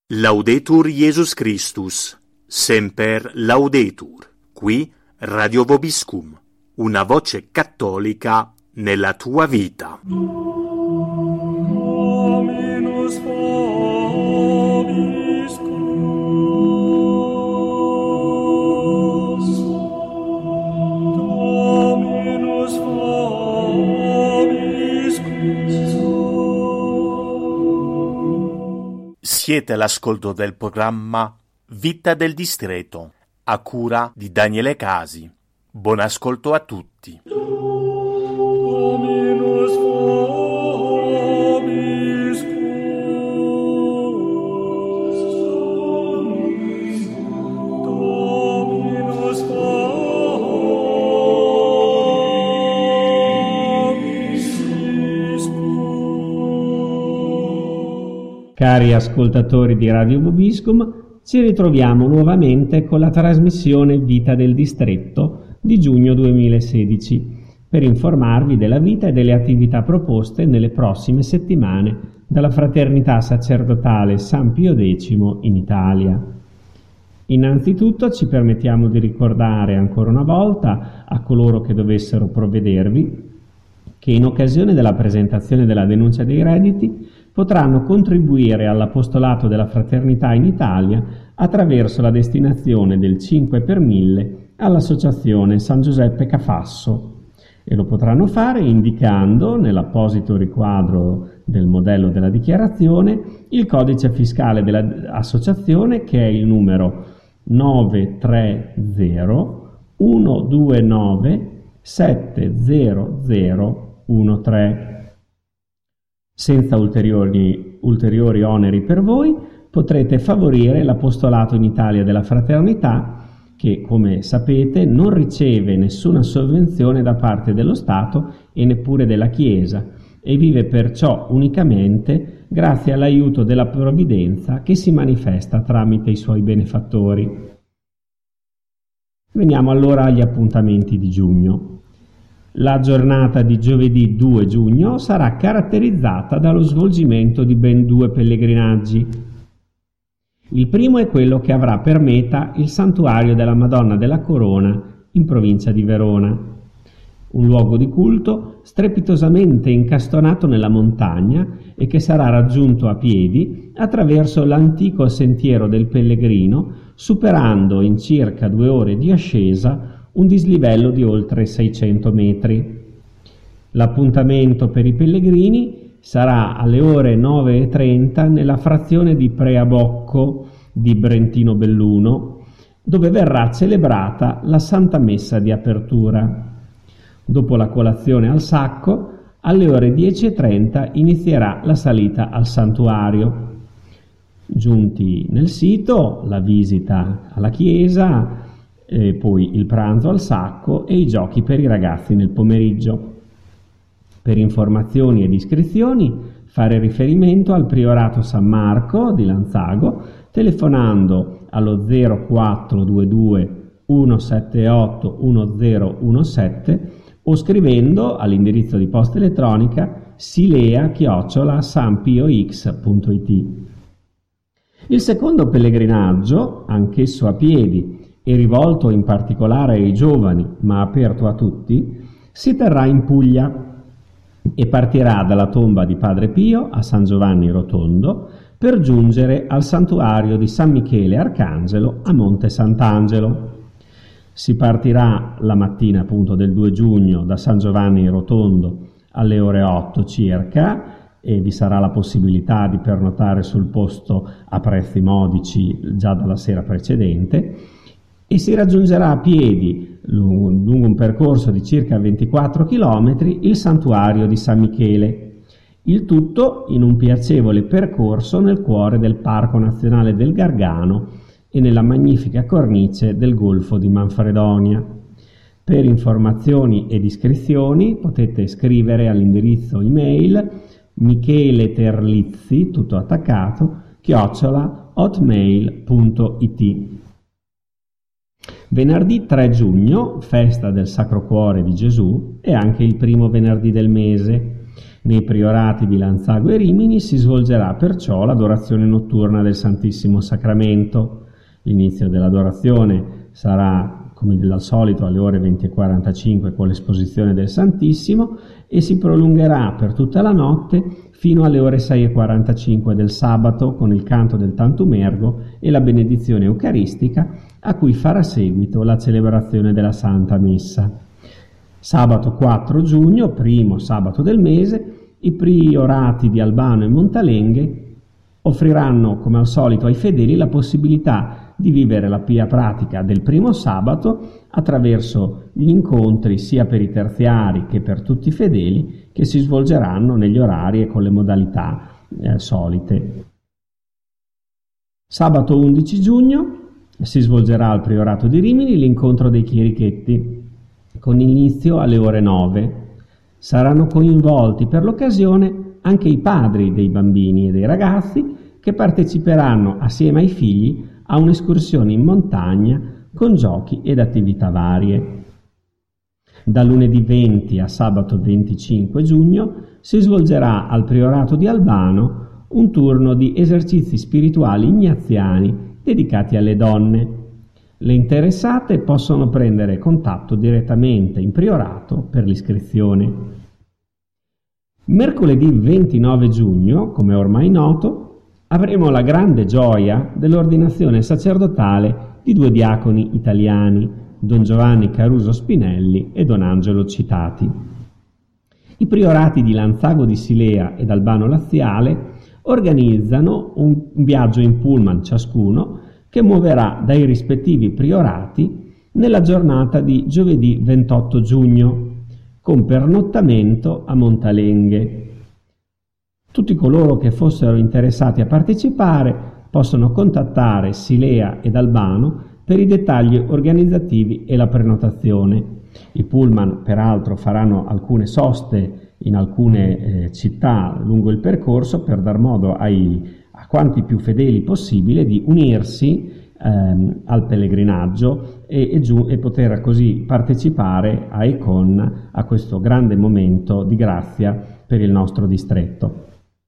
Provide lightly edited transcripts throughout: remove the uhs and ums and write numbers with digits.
Laudetur Jesus Christus, semper laudetur, qui Radio Vobiscum, una voce cattolica nella tua vita. Dominus vobiscum, Dominus vobiscum. Siete all'ascolto del programma Vita del Distretto, a cura di Daniele Casi. Buon ascolto a tutti. Dominus vobiscum, Dominus vobiscum. Cari ascoltatori di Radio Vobiscum, ci ritroviamo nuovamente con la trasmissione Vita del Distretto di giugno 2016 per informarvi della vita e delle attività proposte nelle prossime settimane dalla Fraternità Sacerdotale San Pio X in Italia. Innanzitutto ci permettiamo di ricordare ancora una volta a coloro che dovessero provvedervi che in occasione della presentazione della denuncia dei redditi potranno contribuire all'apostolato della Fraternità in Italia attraverso la destinazione del 5 per 1000 all'Associazione San Giuseppe Cafasso e lo potranno fare indicando nell'apposito riquadro del modello della dichiarazione il codice fiscale dell'associazione, che è il numero 930 129 70013. Senza ulteriori oneri per voi, potrete favorire l'apostolato in Italia della Fraternità, che, come sapete, non riceve nessuna sovvenzione da parte dello Stato e neppure della Chiesa, e vive perciò unicamente grazie all'aiuto della provvidenza che si manifesta tramite i suoi benefattori. Veniamo allora agli appuntamenti di giugno. La giornata di giovedì 2 giugno sarà caratterizzata dallo svolgimento di ben 2 pellegrinaggi. Il primo è quello che avrà per meta il santuario della Madonna della Corona in provincia di Verona, un luogo di culto strepitosamente incastonato nella montagna e che sarà raggiunto a piedi attraverso l'antico sentiero del pellegrino, superando in circa 2 ore di ascesa un dislivello di oltre 600 metri. L'appuntamento per i pellegrini sarà alle ore 9:30 nella frazione di Preabocco di Brentino Belluno, dove verrà celebrata la Santa Messa di apertura. Dopo la colazione al Sacco, alle ore 10:30 inizierà la salita al santuario. Giunti nel sito, la visita alla chiesa, poi il pranzo al Sacco e i giochi per i ragazzi nel pomeriggio. Per informazioni ed iscrizioni fare riferimento al Priorato San Marco di Lanzago telefonando allo 0422 178 1017 o scrivendo all'indirizzo di posta elettronica silea@sanpiox.it. Il secondo pellegrinaggio, anch'esso a piedi e rivolto in particolare ai giovani, ma aperto a tutti, si terrà in Puglia e partirà dalla tomba di Padre Pio a San Giovanni Rotondo per giungere al santuario di San Michele Arcangelo a Monte Sant'Angelo. Si partirà la mattina appunto del 2 giugno da San Giovanni Rotondo alle ore 8 circa e vi sarà la possibilità di pernotare sul posto a prezzi modici già dalla sera precedente e si raggiungerà a piedi, lungo un percorso di circa 24 km, il santuario di San Michele. Il tutto in un piacevole percorso nel cuore del Parco Nazionale del Gargano e nella magnifica cornice del Golfo di Manfredonia. Per informazioni ed iscrizioni potete scrivere all'indirizzo email micheleterlizzi, tutto attaccato, @hotmail.it. Venerdì 3 giugno, festa del Sacro Cuore di Gesù, è anche il primo venerdì del mese Nei priorati di Lanzago e Rimini si svolgerà perciò l'adorazione notturna del Santissimo Sacramento. L'inizio dell'adorazione sarà, come al solito, alle ore 20:45 con l'esposizione del Santissimo e si prolungherà per tutta la notte fino alle ore 6:45 del sabato con il canto del Tantum Ergo e la benedizione eucaristica, a cui farà seguito la celebrazione della Santa Messa. Sabato 4 giugno, primo sabato del mese, i priorati di Albano e Montalenghe offriranno, come al solito, ai fedeli la possibilità di vivere la pia pratica del primo sabato attraverso gli incontri sia per i terziari che per tutti i fedeli, che si svolgeranno negli orari e con le modalità solite. Sabato 11 giugno si svolgerà al Priorato di Rimini l'incontro dei chierichetti, con inizio alle ore 9. Saranno coinvolti per l'occasione anche i padri dei bambini e dei ragazzi, che parteciperanno assieme ai figli a un'escursione in montagna con giochi ed attività varie. Da lunedì 20 a sabato 25 giugno si svolgerà al Priorato di Albano un turno di esercizi spirituali ignaziani dedicati alle donne. Le interessate possono prendere contatto direttamente in priorato per l'iscrizione. Mercoledì 29 giugno, come ormai noto, avremo la grande gioia dell'ordinazione sacerdotale di due diaconi italiani, Don Giovanni Caruso Spinelli e Don Angelo Citati. I priorati di Lanzago di Silea ed Albano Laziale organizzano un viaggio in pullman ciascuno che muoverà dai rispettivi priorati nella giornata di giovedì 28 giugno, con pernottamento a Montalenghe. Tutti coloro che fossero interessati a partecipare possono contattare Silea ed Albano per i dettagli organizzativi e la prenotazione. I pullman, peraltro, faranno alcune soste in alcune città lungo il percorso per dar modo a quanti più fedeli possibile di unirsi al pellegrinaggio e poter così partecipare a questo grande momento di grazia per il nostro distretto.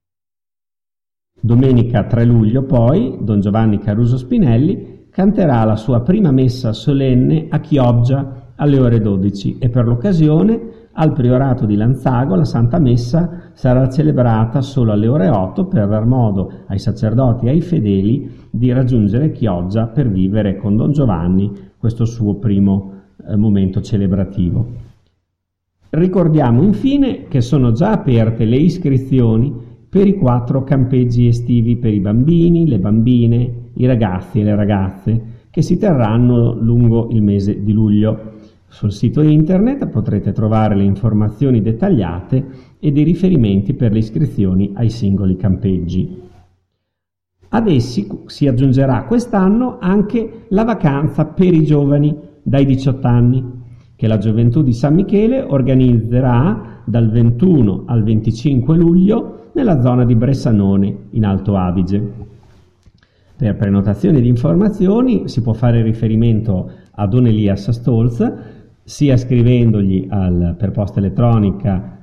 Domenica 3 luglio poi Don Giovanni Caruso Spinelli canterà la sua prima messa solenne a Chioggia alle ore 12 e per l'occasione al Priorato di Lanzago la Santa Messa sarà celebrata solo alle ore 8 per dar modo ai sacerdoti e ai fedeli di raggiungere Chioggia per vivere con Don Giovanni questo suo primo momento celebrativo. Ricordiamo infine che sono già aperte le iscrizioni per i 4 campeggi estivi per i bambini, le bambine, i ragazzi e le ragazze che si terranno lungo il mese di luglio. Sul sito internet potrete trovare le informazioni dettagliate e dei riferimenti per le iscrizioni ai singoli campeggi. Ad essi si aggiungerà quest'anno anche la vacanza per i giovani dai 18 anni, che la Gioventù di San Michele organizzerà dal 21 al 25 luglio nella zona di Bressanone, in Alto Adige. Per prenotazione di informazioni si può fare riferimento a Don Elias Stolz, sia scrivendogli per posta elettronica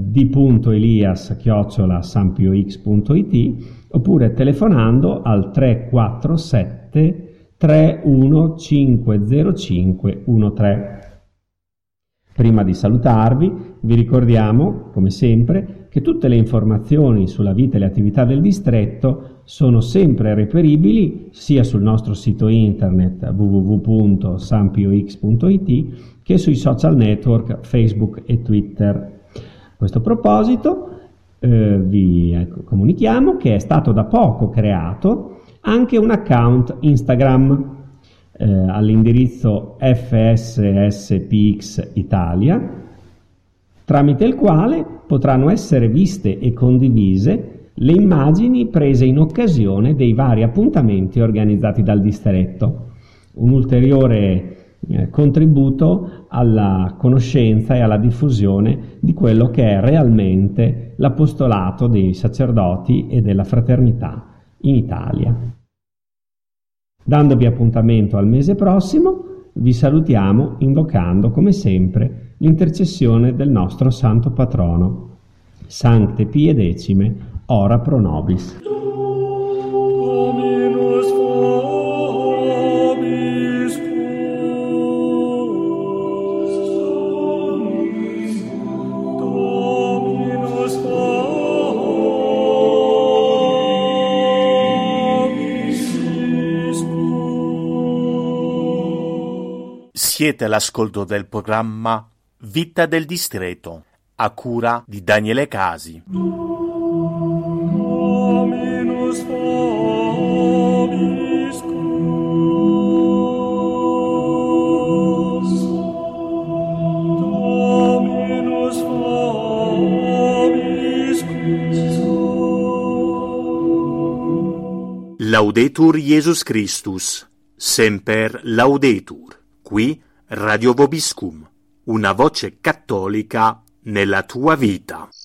d.elias@sanpiox.it oppure telefonando al 347 3150513. Prima di salutarvi, vi ricordiamo, come sempre, che tutte le informazioni sulla vita e le attività del distretto sono sempre reperibili sia sul nostro sito internet www.sanpiox.it che sui social network Facebook e Twitter. A questo proposito vi comunichiamo che è stato da poco creato anche un account Instagram all'indirizzo FSSPX Italia, tramite il quale potranno essere viste e condivise le immagini prese in occasione dei vari appuntamenti organizzati dal distretto. Un ulteriore contributo alla conoscenza e alla diffusione di quello che è realmente l'apostolato dei sacerdoti e della fraternità in Italia. Dandovi appuntamento al mese prossimo, vi salutiamo invocando come sempre l'intercessione del nostro santo patrono. Sancte Pie Decime, ora pro nobis. Dominus vobiscum. Dominus vobiscum. Siete all'ascolto del programma Vita del Distreto, a cura di Daniele Casi. Dominus vobiscum. Dominus vobiscum. Laudetur Jesus Christus, semper laudetur. Qui Radio Vobiscum, una voce cattolica nella tua vita.